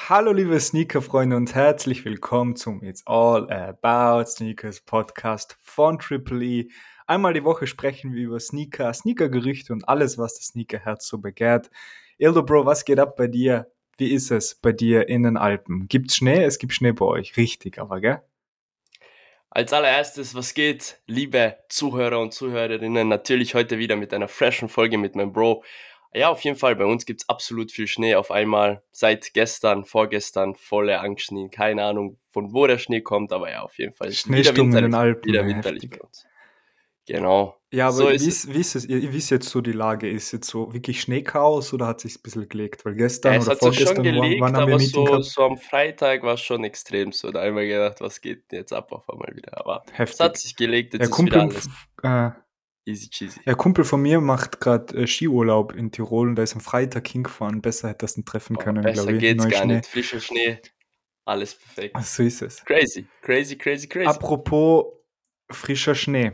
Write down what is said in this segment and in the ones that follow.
Hallo liebe Sneaker-Freunde und herzlich willkommen zum It's All About Sneakers Podcast von Triple E. Einmal die Woche sprechen wir über Sneaker, Sneaker-Gerüchte und alles, was das Sneakerherz so begehrt. Ildo Bro, was geht ab bei dir? Wie ist es bei dir in den Alpen? Gibt's Schnee? Es gibt Schnee bei euch, richtig, aber gell? Als allererstes, was geht, liebe Zuhörer und Zuhörerinnen? Natürlich heute wieder mit einer freshen Folge mit meinem Bro. Ja, auf jeden Fall, bei uns gibt's absolut viel Schnee auf einmal. Seit gestern, vorgestern, volle Angstschnee. Keine Ahnung, von wo der Schnee kommt, aber ja, auf jeden Fall ist Schneesturm in den Alpen, wieder winterlich bei heftig. uns. Genau, Ja, aber so wie ist es. ist, wie ist es, wie ist jetzt so die Lage? Ist jetzt so wirklich Schneechaos oder hat sich ein bisschen gelegt? Weil Ja, gestern es oder hat so schon vorgestern, wann gelegt, haben wir ein aber Meeting so, gehabt? so am Freitag war es schon extrem so. Da habe ich mir gedacht, was geht denn jetzt ab auf einmal wieder? Aber es hat Heftig. sich gelegt, jetzt Ja, ist wieder Kumpel, alles äh, easy cheesy. Ja, Kumpel von mir macht gerade Skiurlaub in Tirol und da ist am Freitag hingefahren. Besser hätte das nicht treffen Boah, können, besser glaube ich. geht's gar Neuschnee. nicht. Frischer Schnee, alles perfekt. So ist es. Crazy, crazy, crazy, crazy. Apropos frischer Schnee.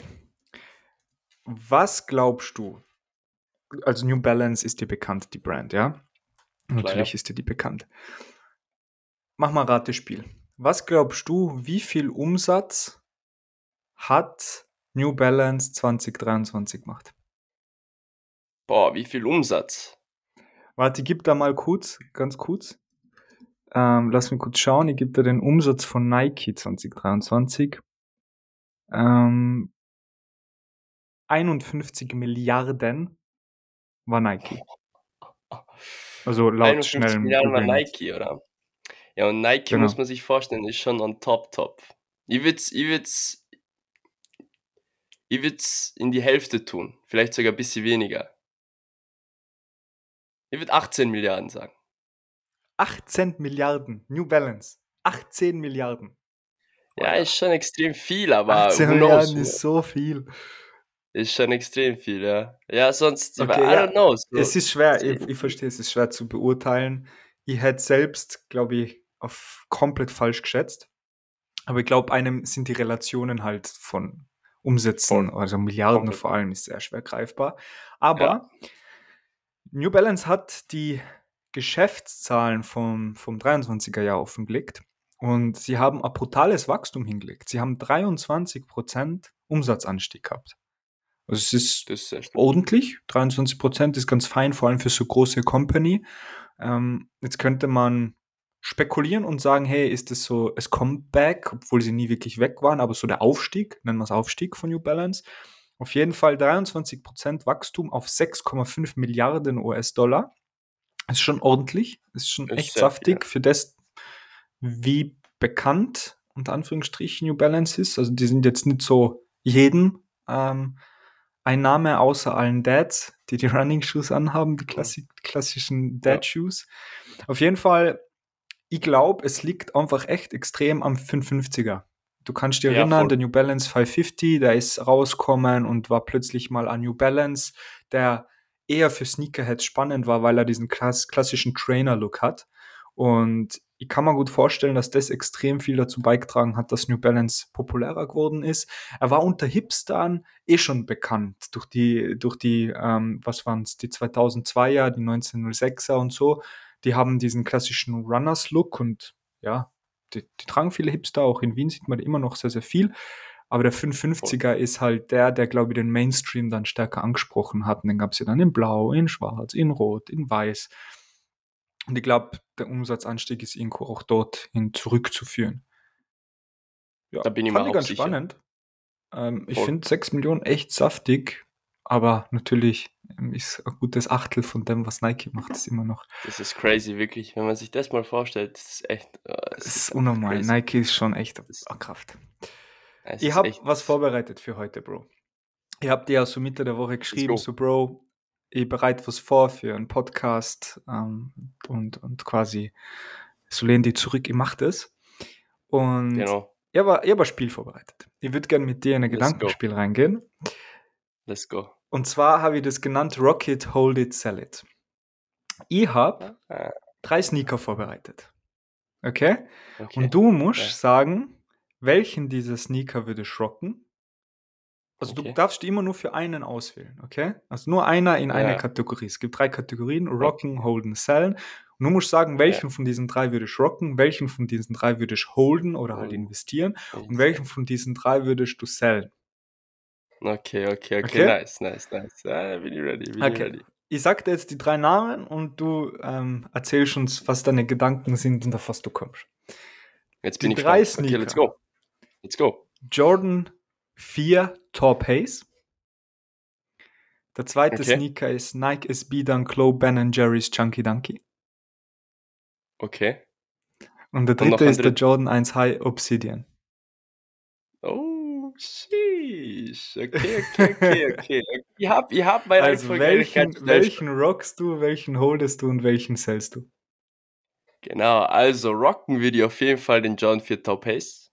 Was glaubst du? Also New Balance ist dir bekannt, die Brand, ja? Klar, Natürlich ja. ist dir die bekannt. Mach mal Ratespiel. Was glaubst du, wie viel Umsatz hat New Balance 2023 gemacht? Boah, wie viel Umsatz? Warte, ich gebe da mal kurz, ganz kurz. Lass mich kurz schauen. Ich gebe da den Umsatz von Nike 2023. 51 Milliarden war Nike. Also laut 51 schnellem Milliarden war Googlen jetzt. Nike, oder? Ja, und Nike muss Genau. man sich vorstellen, ist schon on top, top. Ich würd's in die Hälfte tun. Vielleicht sogar ein bisschen weniger. Ich würde 18 Milliarden sagen. 18 Milliarden. New Balance. 18 Milliarden. Ja, ist Alter. schon extrem viel, aber 18 who knows? Milliarden ist so viel. Ist schon extrem viel, ja. Ja, sonst, I Okay, don't ja. know. Es So, ist schwer. Ich verstehe, es ist schwer zu beurteilen. Ich hätte selbst, glaube ich, auf komplett falsch geschätzt. Aber ich glaube, einem sind die Relationen halt von Umsätzen, voll, also Milliarden komplett. vor allem, ist sehr schwer greifbar. Ja, Aber New Balance hat die Geschäftszahlen vom 23er Jahr offengelegt und sie haben ein brutales Wachstum hingelegt. Sie haben 23% Umsatzanstieg gehabt. Also es ist das ist sehr stabil. ordentlich. 23% ist ganz fein, vor allem für so große Company. Jetzt könnte man spekulieren und sagen, hey, ist das so das Comeback, obwohl sie nie wirklich weg waren, aber so der Aufstieg, nennen wir es Aufstieg von New Balance. Auf jeden Fall 23% Wachstum auf 6,5 Milliarden US-Dollar. Ist schon ordentlich, ist schon Das ist echt sehr viel, ja. saftig für das, wie bekannt unter Anführungsstrichen New Balance ist. Also die sind jetzt nicht so jeden ein Name außer allen Dads, die die Running Shoes anhaben, die Mhm. klassischen Ja, Dad Shoes. Auf jeden Fall, ich glaube, es liegt einfach echt extrem am 550er. Du kannst dich ja, erinnern, voll. der New Balance 550, der ist rausgekommen und war plötzlich mal ein New Balance, der eher für Sneakerheads spannend war, weil er diesen klassischen Trainer-Look hat. Und ich kann mir gut vorstellen, dass das extrem viel dazu beigetragen hat, dass New Balance populärer geworden ist. Er war unter Hipstern schon bekannt durch die, was waren es, die 2002er, die 1906er und so. Die haben diesen klassischen Runners-Look und ja, die tragen viele Hipster, auch in Wien sieht man immer noch sehr, sehr viel. Aber der Voll. 550er ist halt der, glaube ich, den Mainstream dann stärker angesprochen hat. Und den gab es ja dann in Blau, in Schwarz, in Rot, in Weiß. Und ich glaube, der Umsatzanstieg ist irgendwo auch dorthin zurückzuführen. Ja, Da bin ich mir fand ich auch ganz sicher. spannend. Ich Voll. finde 6 Millionen echt saftig, aber natürlich ist ein gutes Achtel von dem, was Nike macht, ist immer noch. Das ist crazy, wirklich. Wenn man sich das mal vorstellt, das ist echt, Es es ist ist einfach unnormal. crazy. Nike ist schon echt Das, eine Kraft. es Ich ist habe was echt, vorbereitet für heute, Bro. Ich habe dir ja so Mitte der Woche let's geschrieben, go. so Bro, ich bereite was vor für einen Podcast und quasi so lehn die zurück, ich mach das. Und Genau. ich hab ein Spiel vorbereitet. Ich würde gerne mit dir in ein Let's go. Gedankenspiel reingehen. Let's go. Und zwar habe ich das genannt Rocket, Hold It, Sell It. Ich habe Ah, 3 Sneaker vorbereitet. Okay? okay. Und du musst Ja, sagen, welchen dieser Sneaker würde ich rocken. Also du okay. darfst immer nur für einen auswählen, okay? Also nur einer in einer Ja, Kategorie. Es gibt 3 Kategorien, okay. Rocken, Holden, Sellen. Und du musst sagen, Ja, welchen von diesen 3 würdest du rocken, welchen von diesen 3 würdest du holden oder halt oh, investieren und ich welchen von diesen 3 würdest du sellen. okay, okay, okay, Okay? nice, nice, nice. Ja, bin ich ready, bin ich Okay. ready. Ich sag dir jetzt die 3 Namen und du erzählst uns, was deine Gedanken sind und auf was du kommst. Jetzt bin Die ich 3 gespannt. Okay, let's Sneaker. go. Let's go. Jordan 4 Top Haze. Der zweite Okay, Sneaker ist Nike SB Dunk Low Ben Jerry's Chunky Dunky. okay. Und der Und dritte noch ein ist der dritter. Jordan 1 High Obsidian. Oh, sheesh. Okay, okay, okay, okay. Ihr habt meine Also Reihenfolge eigentlich ganz schnell schon. welchen rockst du, welchen holdest du und welchen sellst du? Genau, also rocken wir die auf jeden Fall den John 4 Top Ace.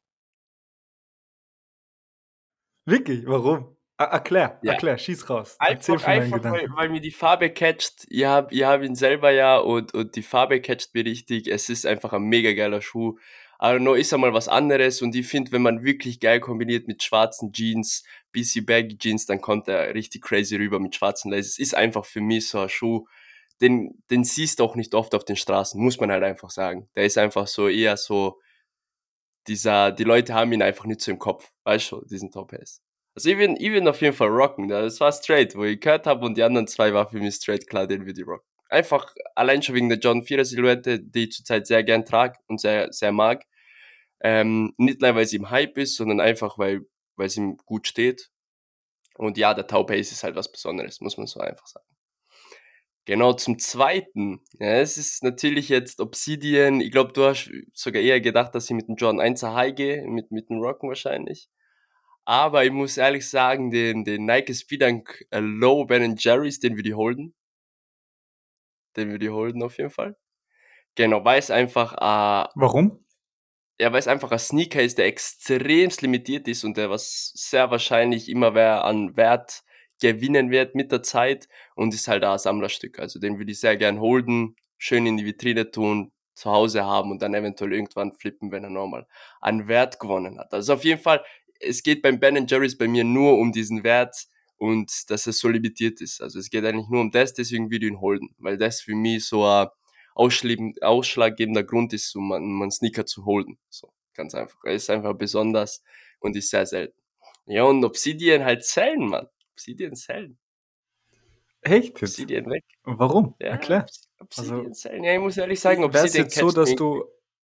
Wirklich? Warum? Ja, Schieß raus. Erzähl einfach, von deinen einfach, weil, Gedanken. weil mir die Farbe catcht. Ihr habt ihn selber ja und die Farbe catcht mir richtig. Es ist einfach ein mega geiler Schuh. I don't know, ist einmal was anderes und ich finde, wenn man wirklich geil kombiniert mit schwarzen Jeans, BC Baggy Jeans, dann kommt er richtig crazy rüber mit schwarzen Laces. Ist einfach für mich so ein Schuh, den siehst du auch nicht oft auf den Straßen, muss man halt einfach sagen. Der ist einfach so eher so die Leute haben ihn einfach nicht so im Kopf, weißt du, diesen Top Ace. Also ich will auf jeden Fall rocken, das war straight, wo ich gehört habe und die anderen zwei war für mich straight klar, den würde ich rocken. Einfach allein schon wegen der John 4 Silhouette, die ich zurzeit sehr gern trage und sehr, sehr mag. Nicht nur, weil es ihm Hype ist, sondern einfach, weil es ihm gut steht. Und ja, der Tau Pace ist halt was Besonderes, muss man so einfach sagen. Genau, zum Zweiten. Ja, es ist natürlich jetzt Obsidian. Ich glaube, du hast sogar eher gedacht, dass ich mit dem Jordan 1 High gehe, mit dem Rocken wahrscheinlich. Aber ich muss ehrlich sagen, den Nike Speedunk Low Ben Jerry's, den würde ich holden. Den würde ich holden auf jeden Fall. Genau, weil es einfach Warum? ja, weil es einfach ein Sneaker ist, der extremst limitiert ist und der was sehr wahrscheinlich immer wer an Wert gewinnen wird mit der Zeit und ist halt auch ein Sammlerstück. Also den würde ich sehr gern holden, schön in die Vitrine tun, zu Hause haben und dann eventuell irgendwann flippen, wenn er nochmal an Wert gewonnen hat. Also auf jeden Fall, es geht beim Ben Jerry's bei mir nur um diesen Wert und dass es so limitiert ist. Also es geht eigentlich nur um das, deswegen würde ich ihn holden, weil das für mich so ein ausschlaggebender Grund ist, um einen Sneaker zu holen. So, ganz einfach. Er ist einfach besonders und ist sehr selten. Ja, und Obsidian halt zählen, Mann. Obsidian zählen. Echt jetzt? Obsidian weg. Warum? Ja, Erklär. Obsidian Also, zählen. Ja, ich muss ehrlich sagen, wäre es Obsidian jetzt so, catcht dass mich. du.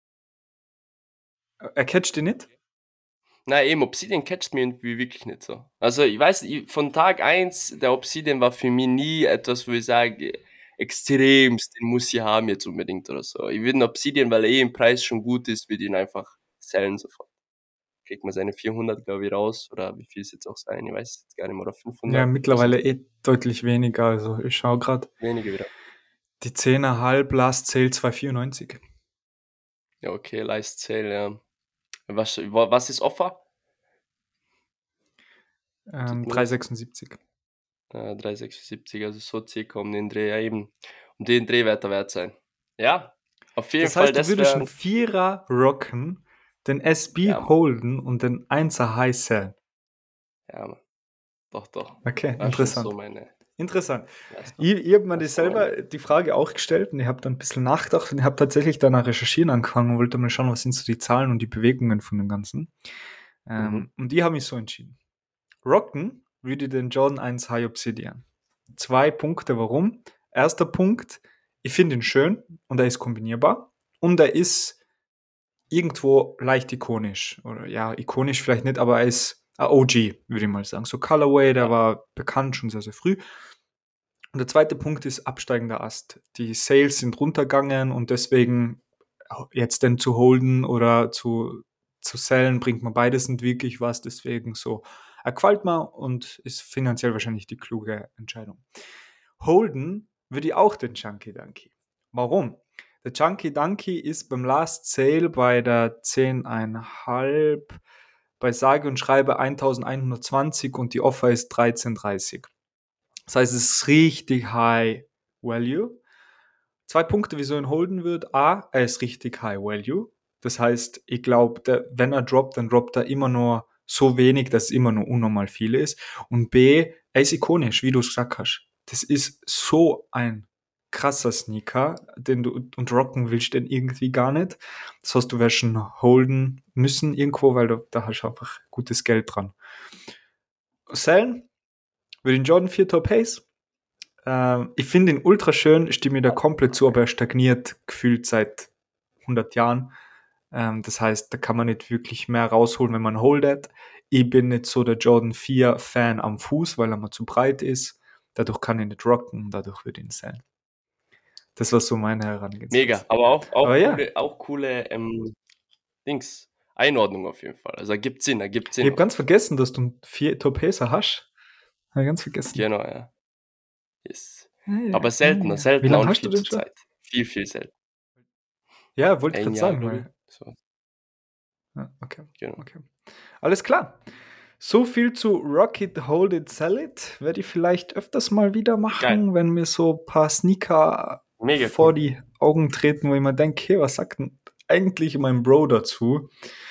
Er catcht dich nicht? Nein, eben, Obsidian catcht mich irgendwie wirklich nicht so. Also, ich weiß, von Tag eins der Obsidian war für mich nie etwas, wo ich sage, extremst, den muss ich haben jetzt unbedingt oder so. Ich würde einen Obsidian, weil er eh im Preis schon gut ist, würde ihn einfach sellen sofort. Kriegt man seine 400, glaube ich, raus oder wie viel es jetzt auch sein, ich weiß jetzt gar nicht mehr, oder Ja, 500, weiß mittlerweile nicht, deutlich weniger. Also, ich schaue gerade. wenige wieder. Die 10,5 Last Sale 2,94. Ja, okay, Last Sale, ja. Was ist Offer? Sieht man das? 3,76. 3,76, also so circa um den Dreh, ja eben. Um den Dreh wird er wert sein. Ja, auf jeden Das Fall, heißt, du das würdest wäre, einen Vierer rocken, den SB ja, Mann, holden und den 1er High sellen. ja, Mann. Doch, doch. Okay, War schon so interessant. meine, Interessant. weißt du, Ich habe mir die weißt du, meine. selber die Frage auch gestellt und ich habe dann ein bisschen nachgedacht und ich habe tatsächlich danach recherchieren angefangen und wollte mal schauen, was sind so die Zahlen und die Bewegungen von dem Ganzen. Mhm. Und die haben mich so entschieden. Rocken würde den Jordan 1 High Obsidian. 2 Punkte, warum? Erster Punkt, ich finde ihn schön und er ist kombinierbar und er ist irgendwo leicht ikonisch. Oder ja, ikonisch vielleicht nicht, aber er ist ein OG, würde ich mal sagen. So Colorway, der Ja, war bekannt schon sehr, sehr früh. Und der zweite Punkt ist absteigender Ast. Die Sales sind runtergegangen und deswegen jetzt denn zu holden oder zu sellen, bringt man beides nicht wirklich was. Deswegen so, er gefällt mir und ist finanziell wahrscheinlich die kluge Entscheidung. Holden würde ich auch den Chunky Dunky. Warum? Der Chunky Dunky ist beim Last Sale bei der 10,5 bei sage und schreibe 1120 und die Offer ist 13,30. Das heißt, es ist richtig High Value. 2 Punkte, wieso ihn holden wird. A, er ist richtig High Value. Das heißt, ich glaube, wenn er droppt, dann droppt er immer nur so wenig, dass es immer nur unnormal viel ist. Und B, er ist ikonisch, wie du es gesagt hast. Das ist so ein krasser Sneaker, den du und rocken willst den irgendwie gar nicht. Das heißt, du wirst schon holden müssen irgendwo, weil da hast du einfach gutes Geld dran. Sellen würde den Jordan 4 Top Ace. Ich finde ihn ultra schön, stimme mir da komplett zu, aber er stagniert gefühlt seit 100 Jahren. Das heißt, da kann man nicht wirklich mehr rausholen, wenn man holdet. Ich bin nicht so der Jordan 4 Fan am Fuß, weil er mal zu breit ist. Dadurch kann ich nicht rocken, dadurch würde ich ihn sein. Das war so meine Mega, Herangehensweise. aber auch, Aber auch ja, coole, auch coole Dings, Einordnung auf jeden Fall. Also ergibt ich Sinn habe auf ganz jeden Fall. vergessen, dass du 4 Top-Pacer hast. Habe ich ganz vergessen. Genau, ja. Yes. Ja, ja, Aber ja, seltener, ja. Wie seltener lange und hast du viel den zur schon? Zeit. Viel, viel seltener. Ja, wollte ich Ein gerade Jahr, sagen, glaube ich. weil. So, Ja, okay, genau. okay. Alles klar. So viel zu Rock It, Hold It, Sell It. Werde ich vielleicht öfters mal wieder Geil. machen, wenn mir so ein paar Sneaker Mega vor cool. die Augen treten, wo ich mir denke, hey, was sagt denn eigentlich mein Bro dazu?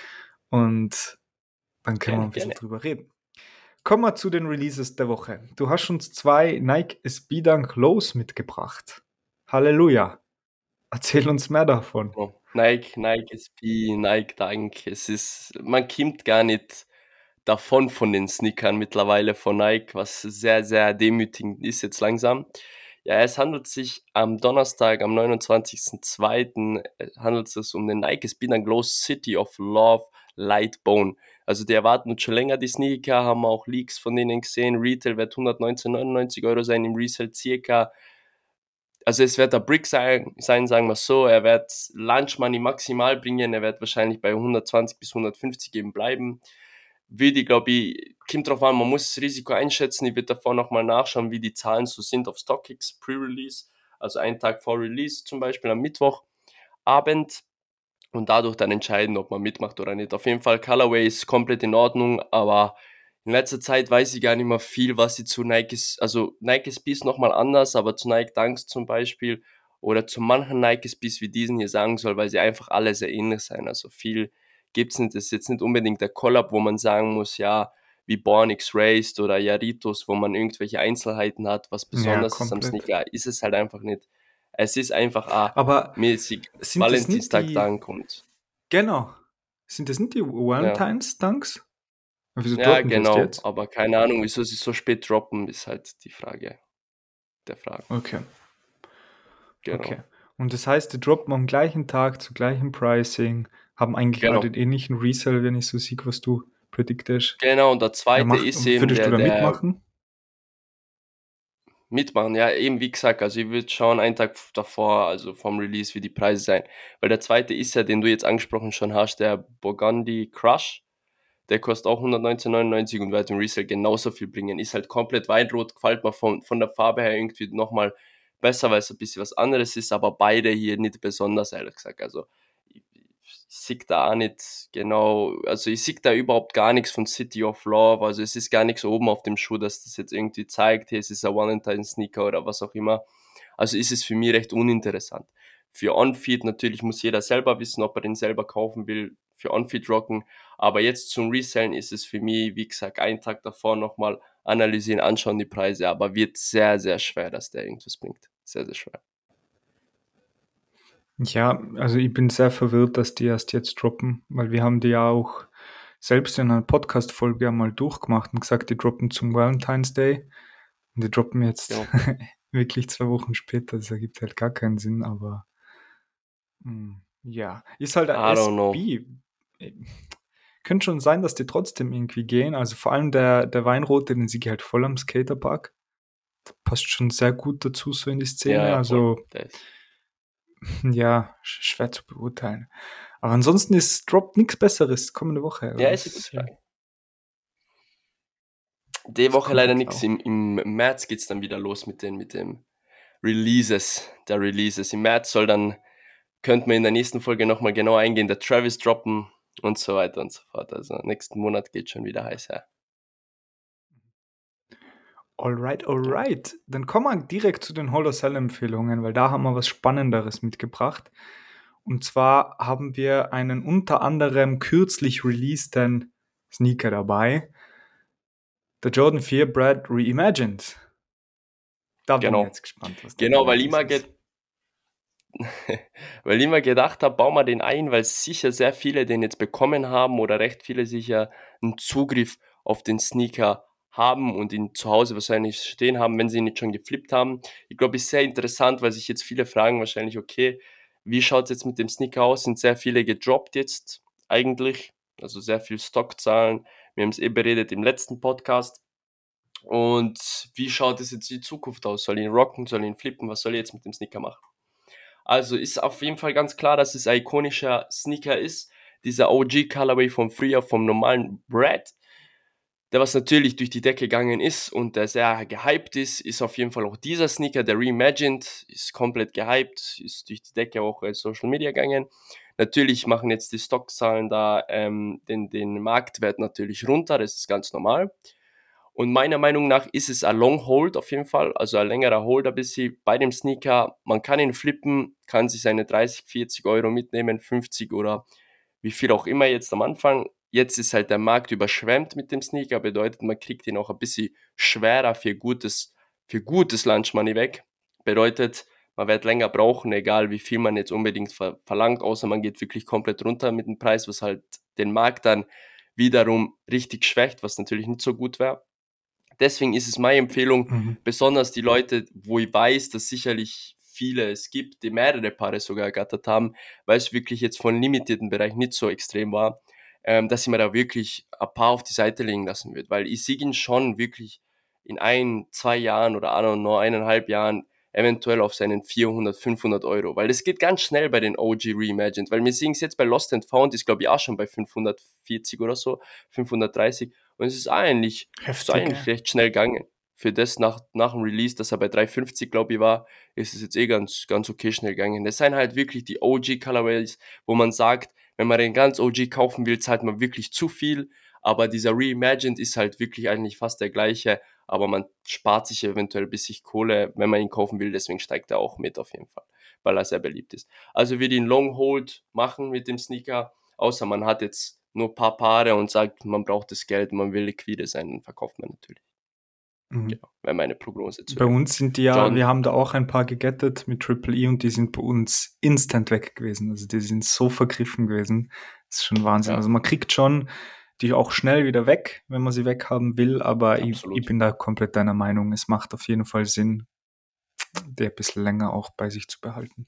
Und dann können wir Gerne, ein bisschen gerne. drüber reden. Kommen wir zu den Releases der Woche. Du hast uns 2 Nike SB Dunk Lows mitgebracht. Halleluja. Erzähl uns mehr davon. Oh. Nike SB, Nike Dunk. Man kommt gar nicht davon von den Sneakern mittlerweile von Nike, was sehr, sehr demütigend ist jetzt langsam. Ja, es handelt sich am Donnerstag, am 29.02. Handelt es sich um den Nike Spin and Glow City of Love Light Bone. Also die erwarten uns schon länger die Sneaker, haben auch Leaks von denen gesehen. Retail wird 119,99 € sein, im Resale circa. Also es wird der Brick sein, sagen wir so. Er wird Lunch Money maximal bringen. Er wird wahrscheinlich bei 120 bis 150 eben bleiben. Würde ich, glaube ich, kommt drauf an, man muss das Risiko einschätzen. Ich würde davor nochmal nachschauen, wie die Zahlen so sind auf StockX Pre-Release, also einen Tag vor Release zum Beispiel am Mittwochabend und dadurch dann entscheiden, ob man mitmacht oder nicht. Auf jeden Fall, Colorway ist komplett in Ordnung, aber in letzter Zeit weiß ich gar nicht mehr viel, was sie zu Nikes, also Nike SBs nochmal anders, aber zu Nike Dunks zum Beispiel oder zu manchen Nike SBs wie diesen hier sagen soll, weil sie einfach alle sehr ähnlich sein. Also viel gibt's nicht. Das ist jetzt nicht unbedingt der Collab, wo man sagen muss, ja, wie Born X Raced oder Yaritos, wo man irgendwelche Einzelheiten hat, was Ja, besonders ist am komplett. Sneaker, ist es halt einfach nicht. Es ist einfach Aber mäßig sind es nicht Valentinstag die, Dank und genau, sind das nicht die ja. Valentines Dunks? Wieso Ja, droppen die erst genau, jetzt? aber keine Ahnung, wieso sie so spät droppen, ist halt die Frage der Fragen. Okay, Genau. okay. Und das heißt, die droppen am gleichen Tag zu gleichem Pricing, haben eigentlich auch Genau. den ähnlichen Resell, wenn ich so sehe, was du prediktest. Genau, und der Ja, zweite ist eben würdest du da der mitmachen? mitmachen. Ja, eben wie gesagt, also ich würde schauen, einen Tag davor, also vom Release, wie die Preise sein. Weil der zweite ist ja, den du jetzt angesprochen schon hast, der Burgundy Crush. Der kostet auch 119,99 und wird im Resale genauso viel bringen. Ist halt komplett weinrot, gefällt mir von der Farbe her irgendwie nochmal besser, weil es ein bisschen was anderes ist, aber beide hier nicht besonders, ehrlich gesagt. Also ich sehe da auch nicht genau, also ich sehe da überhaupt gar nichts von City of Love, also es ist gar nichts oben auf dem Schuh, dass das jetzt irgendwie zeigt, hey, es ist ein Valentine-Sneaker oder was auch immer. Also ist es für mich recht uninteressant. Für On-Feed natürlich muss jeder selber wissen, ob er den selber kaufen will, für On-Feed rocken, aber jetzt zum Resellen ist es für mich, wie gesagt, einen Tag davor nochmal analysieren, anschauen die Preise, aber wird sehr, sehr schwer, dass der irgendwas bringt. Sehr, sehr schwer. Ja, also ich bin sehr verwirrt, dass die erst jetzt droppen, weil wir haben die ja auch selbst in einer Podcast-Folge einmal durchgemacht und gesagt, die droppen zum Valentine's Day und die droppen jetzt Genau. wirklich 2 Wochen später. Das ergibt halt gar keinen Sinn, aber ja, ist halt ein I don't know. SB. Könnte schon sein, dass die trotzdem irgendwie gehen. Also vor allem der Weinrote, den sehe ich halt voll am Skaterpark. Passt schon sehr gut dazu, so in die Ja, Szene. ja, voll. Also Der ist. ja, schwer zu beurteilen. Aber ansonsten ist droppt nichts Besseres kommende Woche. Ja, ist eine gute Was, Frage. Die ist Woche leider komplett nichts. lau. Im März geht's dann wieder los mit dem Releases, der Releases. Im März könnte man in der nächsten Folge nochmal genau eingehen, der Travis droppen und so weiter und so fort. Also nächsten Monat geht schon wieder heiß her. Alright, Ja. alright. Dann kommen wir direkt zu den Holo Cell Empfehlungen, weil da haben wir was Spannenderes mitgebracht. Und zwar haben wir einen unter anderem kürzlich releaseden Sneaker dabei. Der Jordan 4 Brad Reimagined. Da bin ich Genau. jetzt gespannt, was deine Genau, Analyse ist. weil ich immer gedacht habe, bau mal den ein, weil sicher sehr viele den jetzt bekommen haben oder recht viele sicher einen Zugriff auf den Sneaker haben und ihn zu Hause wahrscheinlich stehen haben, wenn sie ihn nicht schon geflippt haben. Ich glaube, ist sehr interessant, weil sich jetzt viele fragen wahrscheinlich, okay, wie schaut es jetzt mit dem Sneaker aus? Sind sehr viele gedroppt jetzt eigentlich? Also sehr viel Stockzahlen. Wir haben es beredet im letzten Podcast. Und wie schaut es jetzt in Zukunft aus? Soll ich ihn rocken? Soll ich ihn flippen? Was soll ich jetzt mit dem Sneaker machen? Also ist auf jeden Fall ganz klar, dass es ein ikonischer Sneaker ist. Dieser OG Colorway vom Frühjahr, vom normalen Brad, der was natürlich durch die Decke gegangen ist und der sehr gehypt ist auf jeden Fall auch dieser Sneaker, der Reimagined, ist komplett gehypt, ist durch die Decke auch in Social Media gegangen. Natürlich machen jetzt die Stockzahlen da den Marktwert natürlich runter, das ist ganz normal. Und meiner Meinung nach ist es ein Long Hold auf jeden Fall, also ein längerer Hold ein bisschen bei dem Sneaker. Man kann ihn flippen, kann sich seine 30, 40 Euro mitnehmen, 50 oder wie viel auch immer jetzt am Anfang. Jetzt ist halt der Markt überschwemmt mit dem Sneaker, bedeutet, man kriegt ihn auch ein bisschen schwerer für gutes Lunch Money weg. Bedeutet, man wird länger brauchen, egal wie viel man jetzt unbedingt verlangt, außer man geht wirklich komplett runter mit dem Preis, was halt den Markt dann wiederum richtig schwächt, was natürlich nicht so gut wäre. Deswegen ist es meine Empfehlung, Mhm. besonders die Leute, wo ich weiß, dass sicherlich viele es gibt, die mehrere Paare sogar ergattert haben, weil es wirklich jetzt von limitierten Bereich nicht so extrem war, dass ich mir da wirklich ein paar auf die Seite legen lassen würde, weil ich sehe ihn schon wirklich in 1, 2 Jahren oder I don't know, 1,5 Jahren eventuell auf seinen 400, 500 Euro, weil das geht ganz schnell bei den OG Reimagined, weil wir sehen es jetzt bei Lost and Found, ist glaube ich auch schon bei 540 oder so, 530 und es ist eigentlich Heftige. recht schnell gegangen. Für das nach dem Release, dass er bei 350, glaube ich, war, ist es jetzt ganz okay schnell gegangen. Das sind halt wirklich die OG Colorways, wo man sagt, wenn man den ganz OG kaufen will, zahlt man wirklich zu viel. Aber dieser Reimagined ist halt wirklich eigentlich fast der gleiche, aber man spart sich eventuell ein bisschen Kohle, wenn man ihn kaufen will. Deswegen steigt er auch mit auf jeden Fall, weil er sehr beliebt ist. Also wir den Long Hold machen mit dem Sneaker, außer man hat jetzt nur ein paar Paare und sagt, man braucht das Geld, man will liquide sein, dann verkauft man natürlich. Mhm. Genau, wäre meine Prognose zu Bei dem. uns sind die ja, wir John, haben da auch ein paar gegettet mit Triple E und die sind bei uns instant weg gewesen. Also die sind so vergriffen gewesen. Das ist schon Wahnsinn. ja, Also man kriegt schon die auch schnell wieder weg, wenn man sie weghaben will, aber ich absolut. bin da komplett deiner Meinung. Es macht auf jeden Fall Sinn, der ein bisschen länger auch bei sich zu behalten.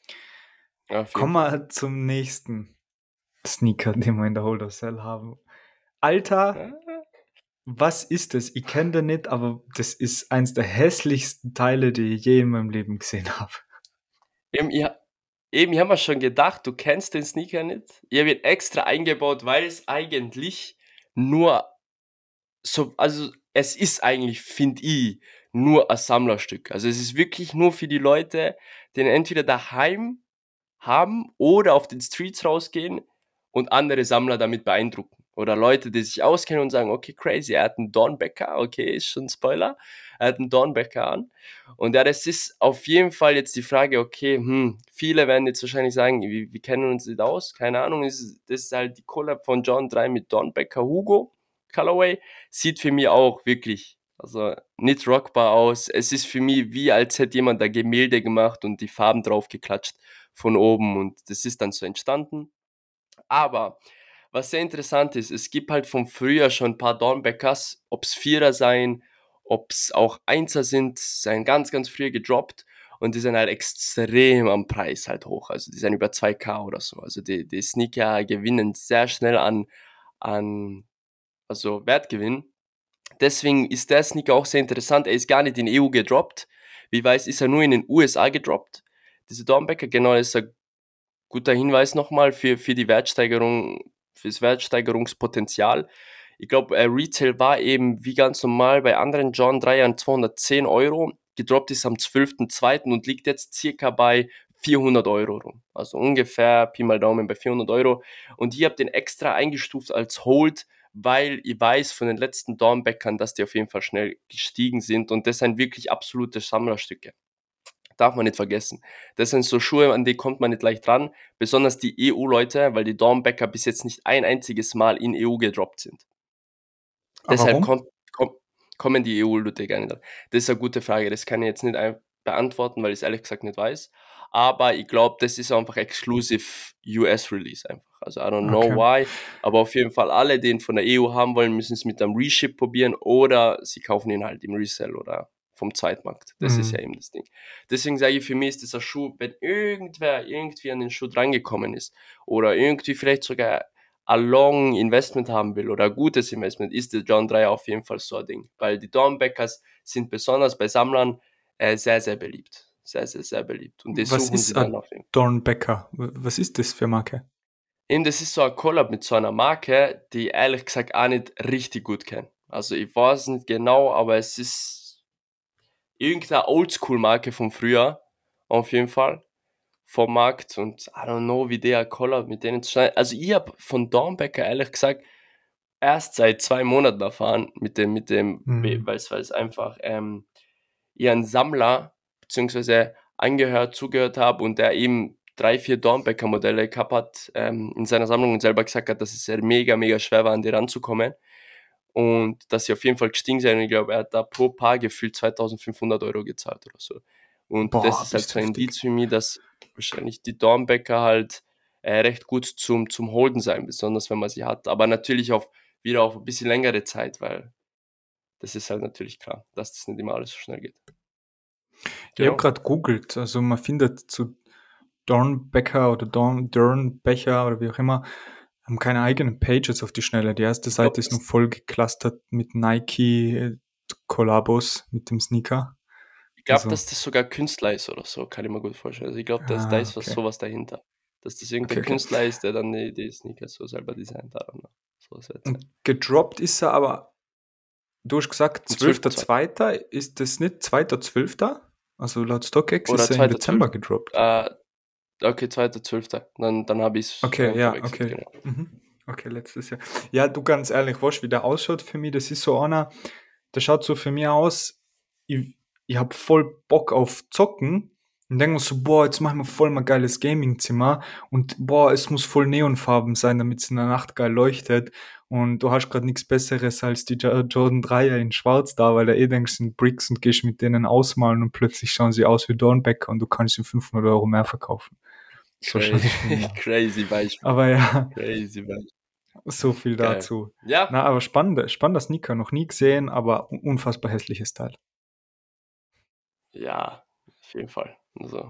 Ja, auf jeden Kommen Fall. wir zum nächsten Sneaker, den wir in der Hold of Sale haben. Alter, Ja, was ist das? Ich kenne den nicht, aber das ist eins der hässlichsten Teile, die ich je in meinem Leben gesehen habe. eben, ich habe mir schon gedacht, du kennst den Sneaker nicht. Ich habe ihn extra eingebaut, weil es eigentlich nur so, also es ist eigentlich, finde ich, nur ein Sammlerstück. Also es ist wirklich nur für die Leute, die ihn entweder daheim haben oder auf den Streets rausgehen und andere Sammler damit beeindrucken. Oder Leute, die sich auskennen und sagen, okay, crazy, er hat einen Dornbecker, okay, ist schon ein Spoiler, er hat einen Dornbecker an. Und ja, das ist auf jeden Fall jetzt die Frage, okay, viele werden jetzt wahrscheinlich sagen, wir kennen uns nicht aus, keine Ahnung, das ist halt die Collab von John 3 mit Dornbecker Hugo Colorway, sieht für mich auch wirklich, also nicht rockbar aus. Es ist für mich wie, als hätte jemand da Gemälde gemacht und die Farben drauf geklatscht von oben und das ist dann so entstanden. Aber was sehr interessant ist, es gibt halt vom Frühjahr schon ein paar Dornbeckers, ob es Vierer sein, ob es auch Einser sind, sind ganz, ganz früh gedroppt und die sind halt extrem am Preis halt hoch. Also die sind über 2K oder so. Also die Sneaker gewinnen sehr schnell an also Wertgewinn. Deswegen ist der Sneaker auch sehr interessant. Er ist gar nicht in EU gedroppt. Wie ich weiß, ist er nur in den USA gedroppt. Diese Dornbecker, genau, das ist ein guter Hinweis nochmal für die Wertsteigerung, fürs Wertsteigerungspotenzial. Ich glaube, Retail war eben wie ganz normal bei anderen John 3 an 210 Euro. Gedroppt ist am 12.02. und liegt jetzt circa bei 400 Euro rum. Also ungefähr Pi mal Daumen bei 400 Euro. Und ich habe den extra eingestuft als Hold, weil ich weiß von den letzten Dornbäckern, dass die auf jeden Fall schnell gestiegen sind. Und das sind wirklich absolute Sammlerstücke. Darf man nicht vergessen. Das sind so Schuhe, an die kommt man nicht leicht ran. Besonders die EU-Leute, weil die Dornbäcker bis jetzt nicht ein einziges Mal in EU gedroppt sind. Aber Deshalb warum? kommen die EU-Leute gar nicht an? Das ist eine gute Frage. Das kann ich jetzt nicht beantworten, weil ich es ehrlich gesagt nicht weiß. Aber ich glaube, das ist einfach exklusiv US-Release einfach. Also I don't know Okay. why. Aber auf jeden Fall alle, die ihn von der EU haben wollen, müssen es mit einem Reship probieren oder sie kaufen ihn halt im Resell oder vom Zweitmarkt. Das ist ja Mhm. eben das Ding. Deswegen sage ich, für mich ist das ein Schuh, wenn irgendwer irgendwie an den Schuh drangekommen ist oder irgendwie vielleicht sogar ein Long Investment haben will oder ein gutes Investment, ist der John 3 auf jeden Fall so ein Ding. Weil die Dornbackers sind besonders bei Sammlern sehr, sehr beliebt. Sehr, sehr, sehr beliebt. Und die Was suchen sie ist dann ein auf jeden Fall. Dornbecker? Was ist das für Marke? Eben, das ist so ein Collab mit so einer Marke, die ich ehrlich gesagt auch nicht richtig gut kenne. Also ich weiß nicht genau, aber es ist irgendeine Oldschool-Marke von früher, auf jeden Fall, vom Markt. Und I don't know, wie der Collab mit denen zu schneiden. Also ich habe von Dornbecker ehrlich gesagt erst seit 2 Monaten erfahren Mhm. weil es einfach ich einen Sammler beziehungsweise zugehört habe und der eben 3 4 Dornbecker-Modelle gehabt hat in seiner Sammlung und selber gesagt hat, dass es ja mega, mega schwer war, an die ranzukommen und dass sie auf jeden Fall gestiegen sind. Und ich glaube, er hat da pro Paar gefühlt 2.500 € gezahlt oder so. Und das Boah, ist halt bist so ein heftig. Indiz für mich, dass wahrscheinlich die Dornbecker halt recht gut zum Holden sein, besonders wenn man sie hat. Aber natürlich auch wieder auf ein bisschen längere Zeit, weil das ist halt natürlich klar, dass das nicht immer alles so schnell geht. Ich habe Genau. gerade googelt, also man findet zu Dornbecker oder Dernbecher oder wie auch immer, haben keine eigenen Pages auf die Schnelle. Die erste Ich glaube, Seite ist nur voll geclustert mit Nike Kollabos mit dem Sneaker. Also, dass das sogar Künstler ist oder so, kann ich mir gut vorstellen. Also ich glaube, da ah, ist was okay. sowas dahinter. Dass das irgendein Okay, okay. Künstler ist, der dann die Sneaker so selber designt hat. Oder so was wird's sein. Und gedroppt ist er aber, du hast gesagt, Am 12.2. 12.2. Ist das nicht 2.12.? Also laut StockX Oder ist er im 2.12. Dezember gedroppt. Okay, 2.12. Dann habe ich es Okay, ja, verwechselt, okay. genau. Mhm. Okay, letztes Jahr. Ja, du, ganz ehrlich, weißt du, wie der ausschaut für mich? Das ist so einer, der schaut so für mich aus, ich hab voll Bock auf Zocken und denke mir so, boah, jetzt machen wir voll mal geiles Gaming-Zimmer und boah, es muss voll Neonfarben sein, damit es in der Nacht geil leuchtet. Und du hast gerade nichts Besseres als die Jordan 3er in Schwarz da, weil du eh denkst, sind Bricks und gehst mit denen ausmalen und plötzlich schauen sie aus wie Dornbecker und du kannst sie 500 € mehr verkaufen. So schaut es für mich aus. Crazy Beispiel. Aber ja, Crazy Beispiel. so viel Geil. dazu. Ja, Na, aber spannender Sneaker, noch nie gesehen, aber unfassbar hässliches Teil. ja, auf jeden Fall. Also,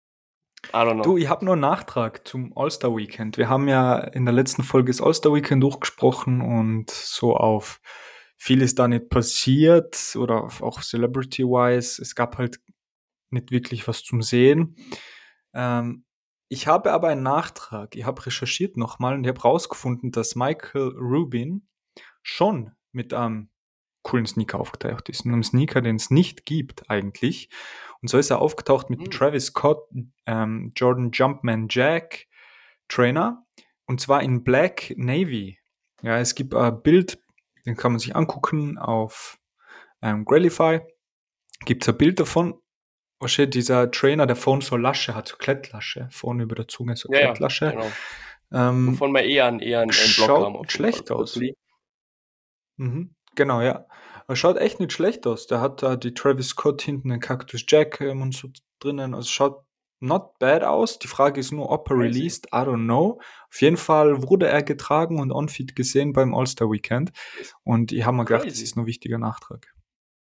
I don't Du, know. ich habe nur einen Nachtrag zum All-Star-Weekend. Wir haben ja in der letzten Folge das All-Star-Weekend durchgesprochen und so auf viel ist da nicht passiert oder auch Celebrity-wise. Es gab halt nicht wirklich was zum Sehen. Ähm, Ich habe aber einen Nachtrag. Ich habe recherchiert nochmal und ich habe rausgefunden, dass Michael Rubin schon mit einem coolen Sneaker aufgetaucht ist. Und einem Sneaker, den es nicht gibt eigentlich. Und so ist er aufgetaucht mit dem Hm, Travis Scott Jordan Jumpman Jack Trainer. Und zwar in Black Navy. Ja, es gibt ein Bild, den kann man sich angucken auf Gralify. Gibt es ein Bild davon, wo steht dieser Trainer, der vorne so Lasche hat, so Klettlasche, vorne über der Zunge so ja, ja, Klettlasche. genau. Ähm, Wovon wir eher einen Block haben Schaut auf nicht jeden Fall. schlecht aus. Pulli. Mhm. Genau, ja. Er schaut echt nicht schlecht aus. Der hat da die Travis Scott hinten, den Cactus Jack und so drinnen. Also schaut not bad aus. Die Frage ist nur, ob er Crazy. released. I don't know. Auf jeden Fall wurde er getragen und on-fit gesehen beim All-Star Weekend. Das Und ich habe mir gedacht, das crazy. ist nur wichtiger Nachtrag.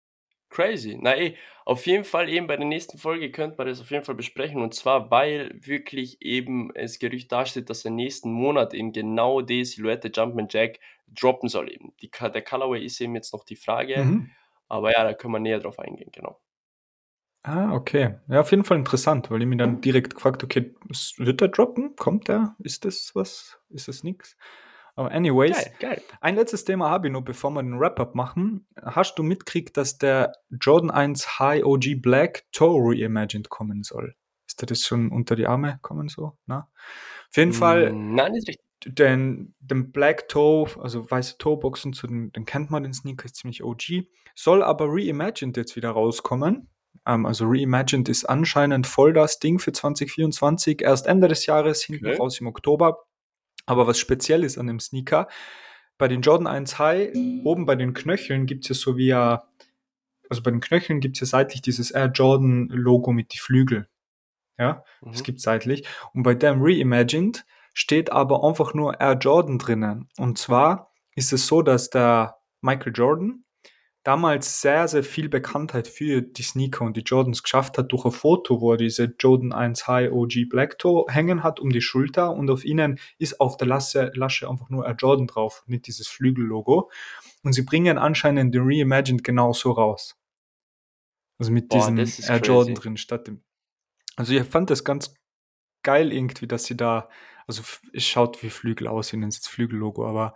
Crazy. Na auf jeden Fall eben bei der nächsten Folge könnte man das auf jeden Fall besprechen. Und zwar, weil wirklich eben das Gerücht dasteht, dass er nächsten Monat eben genau die Silhouette Jumpman Jack droppen soll eben. Der Colorway ist eben jetzt noch die Frage. Mhm. Aber ja, da können wir näher drauf eingehen, genau. Ah, okay. Ja, auf jeden Fall interessant, weil ich mir dann direkt gefragt, okay, wird er droppen? Kommt er? Ist das was? Ist das nix? Aber anyways, Geil, geil. ein letztes Thema habe ich noch, bevor wir den Wrap-up machen. Hast du mitgekriegt, dass der Jordan 1 High OG Black Toe Reimagined kommen soll? Ist dir das schon unter die Arme kommen so? Na? Auf jeden Fall Nein, nicht richtig. den Black Toe, also weiße Toe-Boxen, den kennt man, den Sneaker ist ziemlich OG, soll aber Reimagined jetzt wieder rauskommen. Also Reimagined ist anscheinend voll das Ding für 2024, erst Ende des Jahres, hinten Okay. raus im Oktober. Aber was speziell ist an dem Sneaker, bei den Jordan 1 High, oben bei den Knöcheln gibt es ja so wie also bei den Knöcheln gibt es ja seitlich dieses Air Jordan Logo mit die Flügel. Ja, das Mhm. gibt seitlich. Und bei dem Reimagined steht aber einfach nur Air Jordan drinnen. Und zwar ist es so, dass der Michael Jordan damals sehr, sehr viel Bekanntheit für die Sneaker und die Jordans geschafft hat durch ein Foto, wo er diese Jordan 1 High OG Black Toe hängen hat um die Schulter und auf ihnen ist auf der Lasche einfach nur Air Jordan drauf, nicht dieses Flügellogo. Und sie bringen anscheinend den Reimagined genauso raus. Also mit Boah, diesem das ist Air Jordan crazy. drin statt dem. Also ich fand das ganz geil irgendwie, dass sie da, also es schaut wie Flügel aus, sie nennen es jetzt Flügellogo, aber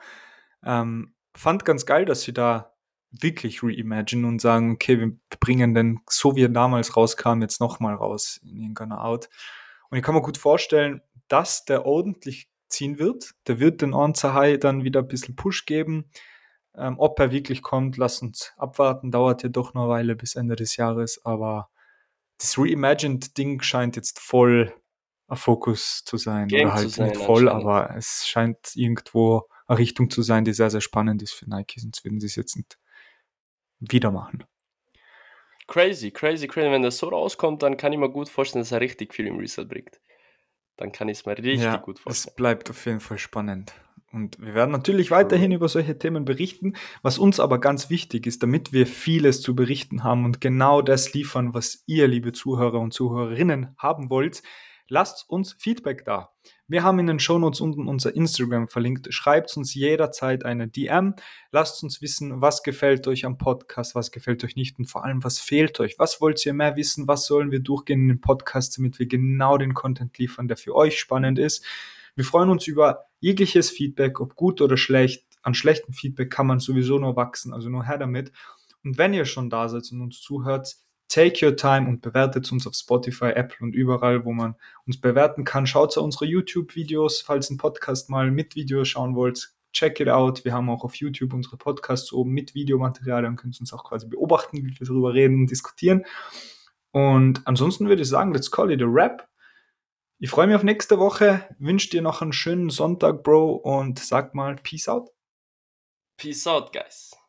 fand ganz geil, dass sie da wirklich reimagine und sagen, okay, wir bringen den, so wie er damals rauskam, jetzt nochmal raus in irgendeiner Art. Und ich kann mir gut vorstellen, dass der ordentlich ziehen wird. Der wird den Onza High dann wieder ein bisschen Push geben. Ob er wirklich kommt, lass uns abwarten. Dauert ja doch noch eine Weile bis Ende des Jahres, aber das Reimagined-Ding scheint jetzt voll ein Fokus zu sein. Oder Game zu halt nicht sein voll, anscheinend. aber es scheint irgendwo eine Richtung zu sein, die sehr, sehr spannend ist für Nike, sonst würden sie es jetzt nicht wieder machen. Crazy, crazy, crazy. Wenn das so rauskommt, dann kann ich mir gut vorstellen, dass er richtig viel im Resale bringt. Dann kann ich es mir richtig Ja, gut es vorstellen. bleibt auf jeden Fall spannend. Und wir werden natürlich weiterhin True. über solche Themen berichten. Was uns aber ganz wichtig ist, damit wir vieles zu berichten haben und genau das liefern, was ihr, liebe Zuhörer und Zuhörerinnen, haben wollt, lasst uns Feedback da. Wir haben in den Shownotes unten unser Instagram verlinkt. Schreibt uns jederzeit eine DM. Lasst uns wissen, was gefällt euch am Podcast, was gefällt euch nicht und vor allem, was fehlt euch. Was wollt ihr mehr wissen? Was sollen wir durchgehen in den Podcast, damit wir genau den Content liefern, der für euch spannend ist? Wir freuen uns über jegliches Feedback, ob gut oder schlecht. An schlechtem Feedback kann man sowieso nur wachsen, also nur her damit. Und wenn ihr schon da seid und uns zuhört, take your time und bewertet uns auf Spotify, Apple und überall, wo man uns bewerten kann. Schaut zu unsere YouTube-Videos, falls ein Podcast mal mit Videos schauen wollt. Check it out. Wir haben auch auf YouTube unsere Podcasts oben mit Videomaterial. Dann könnt ihr uns auch quasi beobachten, wie wir darüber reden und diskutieren. Und ansonsten würde ich sagen, let's call it a wrap. Ich freue mich auf nächste Woche, wünsche dir noch einen schönen Sonntag, Bro, und sag mal Peace out. Peace out, guys.